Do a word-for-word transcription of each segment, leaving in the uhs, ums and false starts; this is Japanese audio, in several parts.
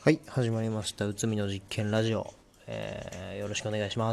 はい、始まりました。うつみの実験ラジオ、えーよろしくお願いします。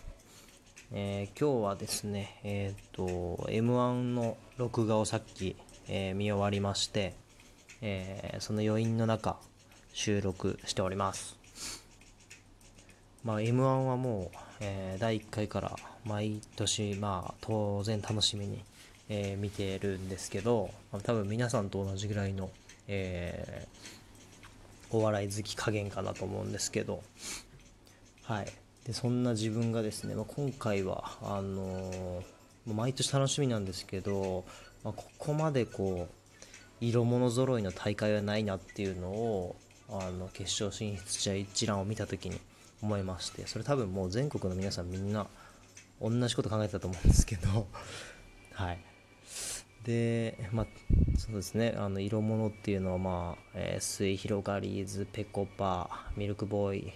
えー今日はですね、えっ、と、エムワン の録画をさっき、えー見終わりまして、えーその余韻の中、収録しております。まあ、エムワン はもう、えーだいいっかいから毎年、まあ、当然楽しみに、えー見てるんですけど、まあ多分皆さんと同じぐらいの、えーお笑い好き加減かなと思うんですけど、はい、でそんな自分がですね、まあ、今回はあのー毎年楽しみなんですけど、まあ、ここまでこう色物揃いの大会はないなっていうのをあの決勝進出者一覧を見た時に思いまして、それ多分もう全国の皆さんみんな同じこと考えてたと思うんですけどはい。で、まあ、そうですね、あの色物っていうのは、まあえー、末広がりーず、ぺこぱ、ミルクボーイ、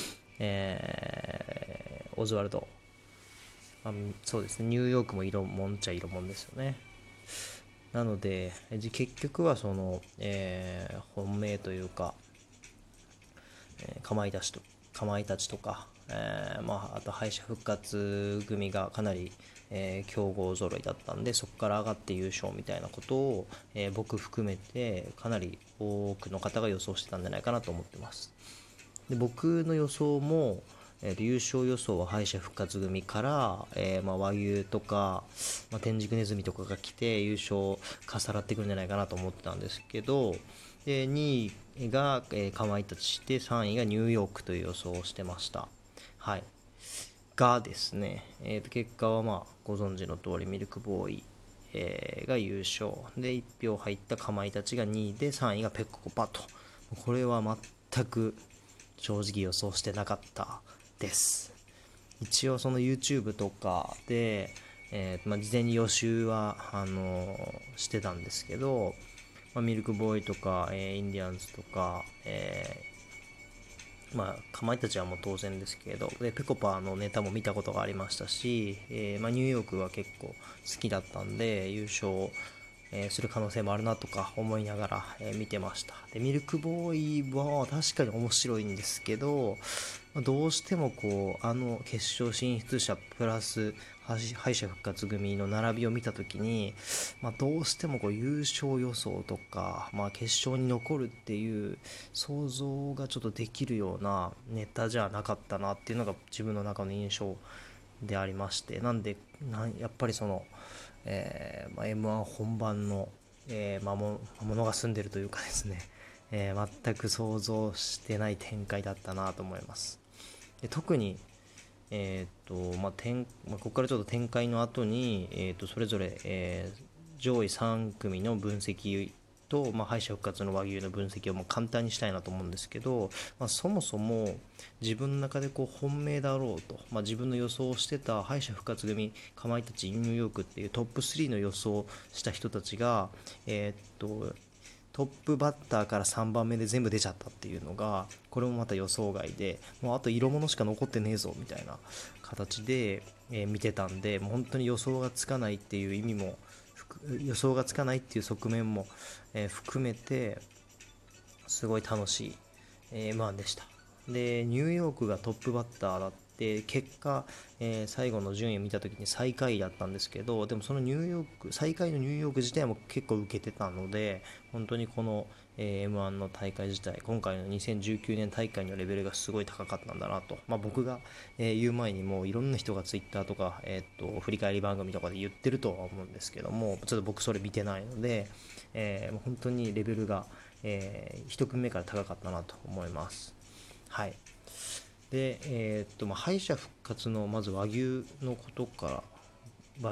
えーオズワルド、まあ、そうですね、ニューヨークも色もんっちゃ色もんですよね。なので、結局はその、えー本命というか、えーかまいたちとかまいたちとか、えーまあ、あと敗者復活組がかなり、えー強豪揃いだったんで、そこから上がって優勝みたいなことを、えー僕含めてかなり多くの方が予想してたんじゃないかなと思ってます。で僕の予想も、えーと優勝予想は敗者復活組から、えーまあ、和牛とか、まあ、天竺ネズミとかが来て優勝かさらってくるんじゃないかなと思ってたんですけど、でにいが、えーかまいたちしてさんいがニューヨークという予想をしてました。はい。がですね、えーと結果はまあご存知の通りミルクボーイ、えーが優勝でいち票入ったかまいたちがにいでさんいがペッココパと、これは全く正直予想してなかったです。一応その YouTube とかで、えーまあ、事前に予習はあのーしてたんですけど、まあ、ミルクボーイとか、えーインディアンズとか、えーまあ、かまいたちはもう当然ですけど、でペコパのネタも見たことがありましたし、えーまあ、ニューヨークは結構好きだったんで優勝、えーする可能性もあるなとか思いながら、えー見てました。でミルクボーイは確かに面白いんですけど、まあどうしてもこうあの決勝進出者プラス敗者復活組の並びを見た時に、まあ、どうしてもこう優勝予想とか、まあ、決勝に残るっていう想像がちょっとできるようなネタじゃなかったなっていうのが自分の中の印象でありまして、なんでなんやっぱりその、えーまあ、エムワン 本番の、えー、魔物魔物が住んでるというかですね、えー全く想像してない展開だったなと思います。で特にえーとまあ展まあ、ここからちょっと展開の後に、えー、とそれぞれ、えー上位さん組の分析と、まあ、敗者復活の和牛の分析をもう簡単にしたいなと思うんですけど、まあ、そもそも自分の中でこう本命だろうと、まあ、自分の予想をしてた敗者復活組かまいたちニューヨークっていうトップスリーの予想をした人たちが、えー、とトップバッターからさんばんめで全部出ちゃったっていうのが、これもまた予想外で、もうあと色物しか残ってねえぞみたいな形で、えー見てたんで、もう本当に予想がつかないっていう意味も、予想がつかないっていう側面も、えー含めてすごい楽しい、えー エムワン でした。でニューヨークがトップバッターだって結果、えー最後の順位を見た時に最下位だったんですけど、でもそのニューヨーク最下位のニューヨーク自体も結構受けてたので、本当にこの、えー エムワン の大会自体、今回のにせんじゅうきゅうねん大会のレベルがすごい高かったんだなと、まあ、僕が、えー言う前にもういろんな人がツイッターとか、えーっと振り返り番組とかで言ってるとは思うんですけども、ちょっと僕それ見てないので、えー本当にレベルが、えー、いち組目から高かったなと思います。はい。で、えーっと、まあ、敗者復活のまず和牛のことから、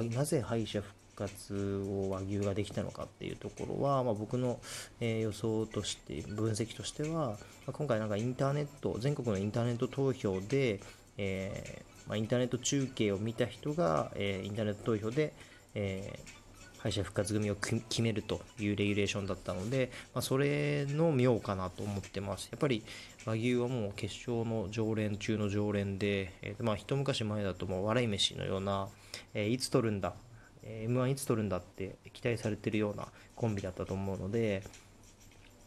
なぜ敗者復活を和牛ができたのかっていうところは、まあ、僕の、えー予想として分析としては、まあ、今回なんかインターネット全国のインターネット投票で、えーまあ、インターネット中継を見た人が、えーインターネット投票で、えー敗者復活組を決めるというレギュレーションだったので、まあ、それの妙かなと思ってます。やっぱり和牛はもう決勝の常連中の常連で、えーまあ、一昔前だともう笑い飯のような、えーいつ取るんだ、えー エムワン いつ取るんだって期待されてるようなコンビだったと思うので、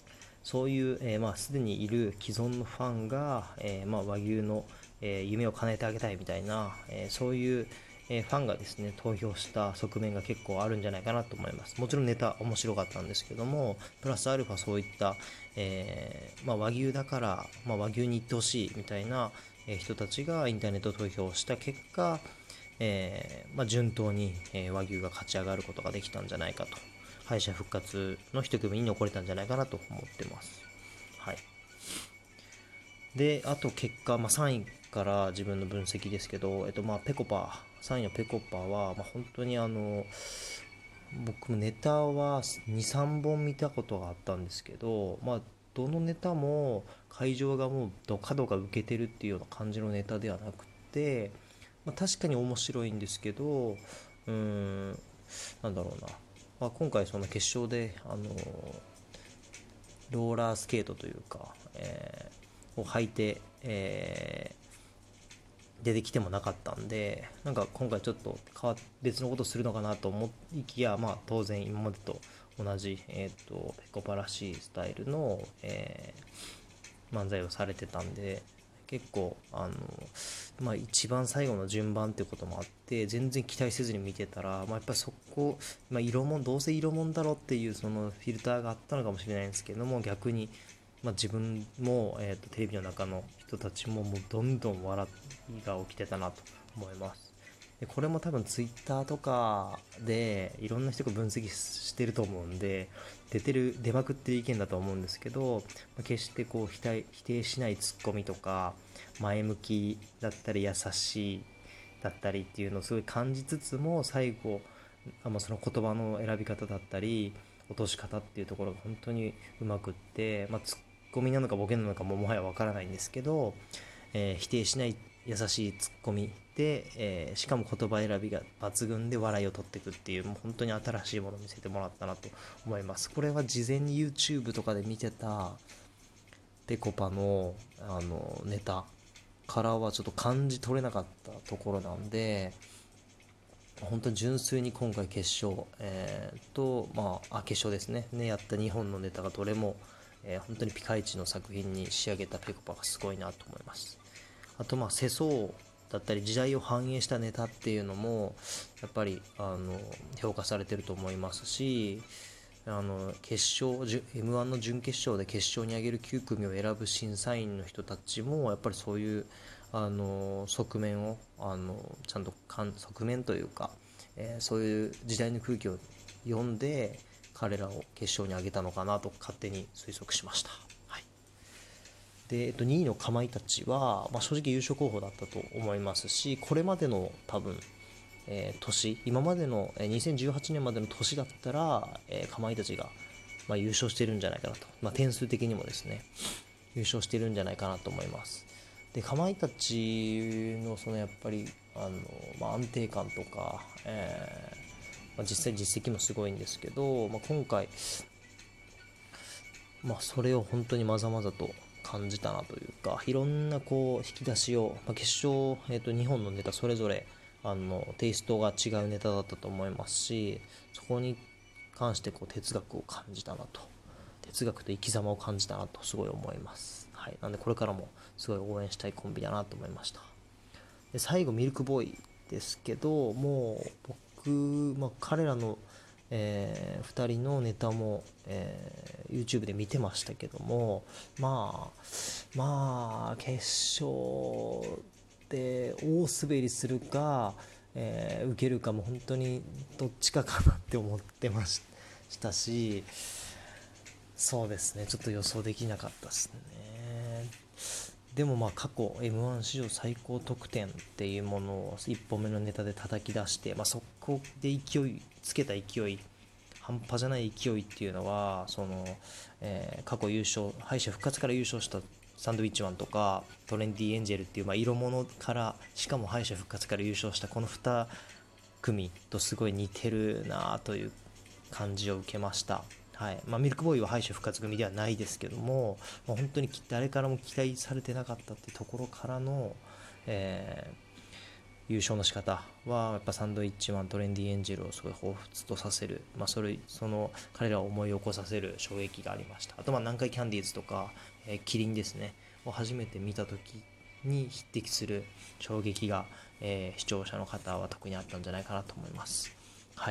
そういう、えーまあ、すでにいる既存のファンが、えーまあ、和牛の、えー夢を叶えてあげたいみたいな、えーそういう、えーファンがですね投票した側面が結構あるんじゃないかなと思います。もちろんネタ面白かったんですけども、プラスアルファそういった、えーまあ、和牛だから、まあ、和牛に行ってほしいみたいな、えー人たちがインターネット投票した結果、えーまあ、順当に、えー和牛が勝ち上がることができたんじゃないかと、敗者復活の一組に残れたんじゃないかなと思ってます。はい、であと結果、まあ、さんいから自分の分析ですけど、えっとまあ、ペコパさんいのペコパは、まあ、本当にあの僕もネタはにさんぼん見たことがあったんですけど、まあ、どのネタも会場がもうドカドカ受けてるっていうような感じのネタではなくて、まあ、確かに面白いんですけど、うーんなんだろうな、まあ、今回その決勝であのローラースケートというか、えーを履いて、えー出てきてもなかったんで、なんか今回ちょっと変わ別のことするのかなと思いきや、まあ、当然今までと同じ、えー、とペコパらしいスタイルの、えー漫才をされてたんで、結構あの、まあ、一番最後の順番っていうこともあって全然期待せずに見てたら、まあ、やっぱりそこ、まあ、色もんどうせ色もんだろっていうそのフィルターがあったのかもしれないんですけども、逆に、まあ、自分も、えー、とテレビの中の人たちももうどんどん笑いが起きてたなと思います。でこれも多分ツイッターとかでいろんな人が分析してると思うんで、出てる出まくってる意見だと思うんですけど、まあ決してこう否定否定しないツッコミとか前向きだったり優しいだったりっていうのをすごい感じつつも、最後あまあその言葉の選び方だったり落とし方っていうところが本当にうまくって、まあ、ツッコミなのかボケなのかももはやわからないんですけど、えー否定しない優しいツッコミで、えーしかも言葉選びが抜群で笑いを取っていくっていう、もう本当に新しいものを見せてもらったなと思います。これは事前に YouTube とかで見てたぺこぱのあのネタからはちょっと感じ取れなかったところなんで、本当に純粋に今回決勝、えー、とまああ決勝ですねねやったにほんのネタがどれも、えー本当にピカイチの作品に仕上げたぺこぱがすごいなと思います。あとまあ世相だったり時代を反映したネタっていうのもやっぱりあの評価されてると思いますし、あの決勝 エムワン の準決勝で決勝に上げるきゅうくみを選ぶ審査員の人たちもやっぱりそういうあの側面をあのちゃんとかん側面というか、えーそういう時代の空気を読んで彼らを決勝に上げたのかなと勝手に推測しました。はい、で、えっと、にいのかまいたちは、まあ、正直優勝候補だったと思いますし、これまでの多分、えー年今までの、えーにせんじゅうはちねんまでの年だったら、えーかまいたちが、まあ、優勝してるんじゃないかなと、まあ、点数的にもですね優勝してるんじゃないかなと思います。でかまいたちのそのやっぱりあの、まあ、安定感とか、えーまあ、実際実績もすごいんですけど、まあ、今回、まあ、それを本当にまざまざと感じたなというか、いろんなこう引き出しを、まあ、決勝、えー、とにほんのネタそれぞれあのテイストが違うネタだったと思いますし、そこに関してこう哲学を感じたなと、哲学と生き様を感じたなとすごい思います。はい、なんでこれからもすごい応援したいコンビだなと思いました。で最後ミルクボーイですけど、もう僕、まあ、彼らの、えーふたりのネタも、えー YouTube で見てましたけども、まあまあ決勝で大滑りするか、えー受けるかも本当にどっちかかなって思ってましたし、そうですね、ちょっと予想できなかったですね。でもまあ過去 エムワン 史上最高得点っていうものをいっぽんめのネタで叩き出して、まあ、そこで勢いつけた勢い、半端じゃない勢いっていうのはその、えー過去優勝敗者復活から優勝したサンドウィッチマンとかトレンディエンジェルっていう、まあ、色物からしかも敗者復活から優勝したこのに組とすごい似てるなという感じを受けました。はいまあ、ミルクボーイは敗者復活組ではないですけども、まあ、本当に誰からも期待されてなかったっていうところからの、え優勝の仕方はやっぱサンドイッチマントレンディエンジェルをすごい彷彿とさせる、まあ、それその彼らを思い起こさせる衝撃がありました。あとまあ南海キャンディーズとか、えー、キリンですねを初めて見た時に匹敵する衝撃が、えー、視聴者の方は特にあったんじゃないかなと思います。はい。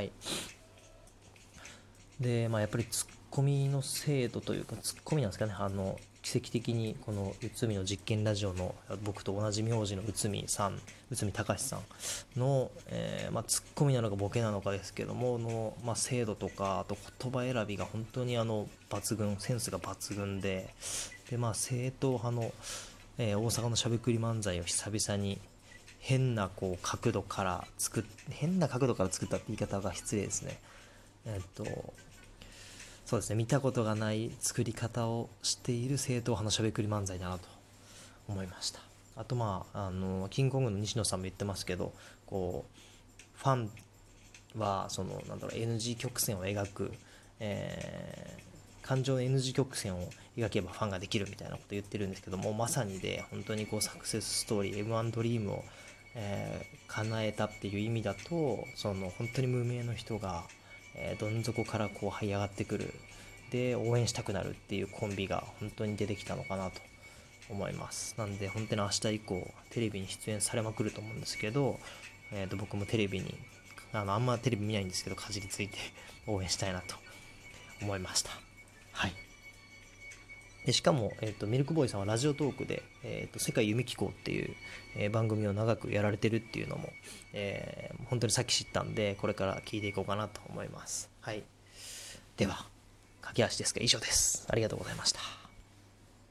で、まあ、やっぱりツッコミの精度というかツッコミなんですかね、あの奇跡的にこの内海の実験ラジオの僕と同じ名字の内海さん、内海隆さんの、えーまあ、ツッコミなのかボケなのかですけどもの、まあ、精度とかあと言葉選びが本当にあの抜群、センスが抜群で、で、まあ、正統派の、えー大阪のしゃべくり漫才を久々に変なこう角度から作っ変な角度から作ったって言い方が失礼ですね。えっとそうですね、見たことがない作り方をしている正統派のしゃべくり漫才だなと思いました。あとまああのキングコングの西野さんも言ってますけど、こうファンはそのなんだろう エヌジー 曲線を描く、えー感情の エヌジー 曲線を描けばファンができるみたいなこと言ってるんですけども、まさにで本当にこうサクセスストーリー エムワン ドリームを、えー叶えたっていう意味だと、その本当に無名の人が、えーどん底からこう這い上がってくる、で応援したくなるっていうコンビが本当に出てきたのかなと思います。なんで本当に明日以降テレビに出演されまくると思うんですけど、えー、と僕もテレビにあのあんまテレビ見ないんですけどかじりついて応援したいなと思いました。はい。でしかも、えー、とミルクボーイさんはラジオトークで、えー、と世界夢機構っていう、えー番組を長くやられてるっていうのも、えー本当にさっき知ったんでこれから聞いていこうかなと思います。はい。では駆け足ですが以上です。ありがとうございました。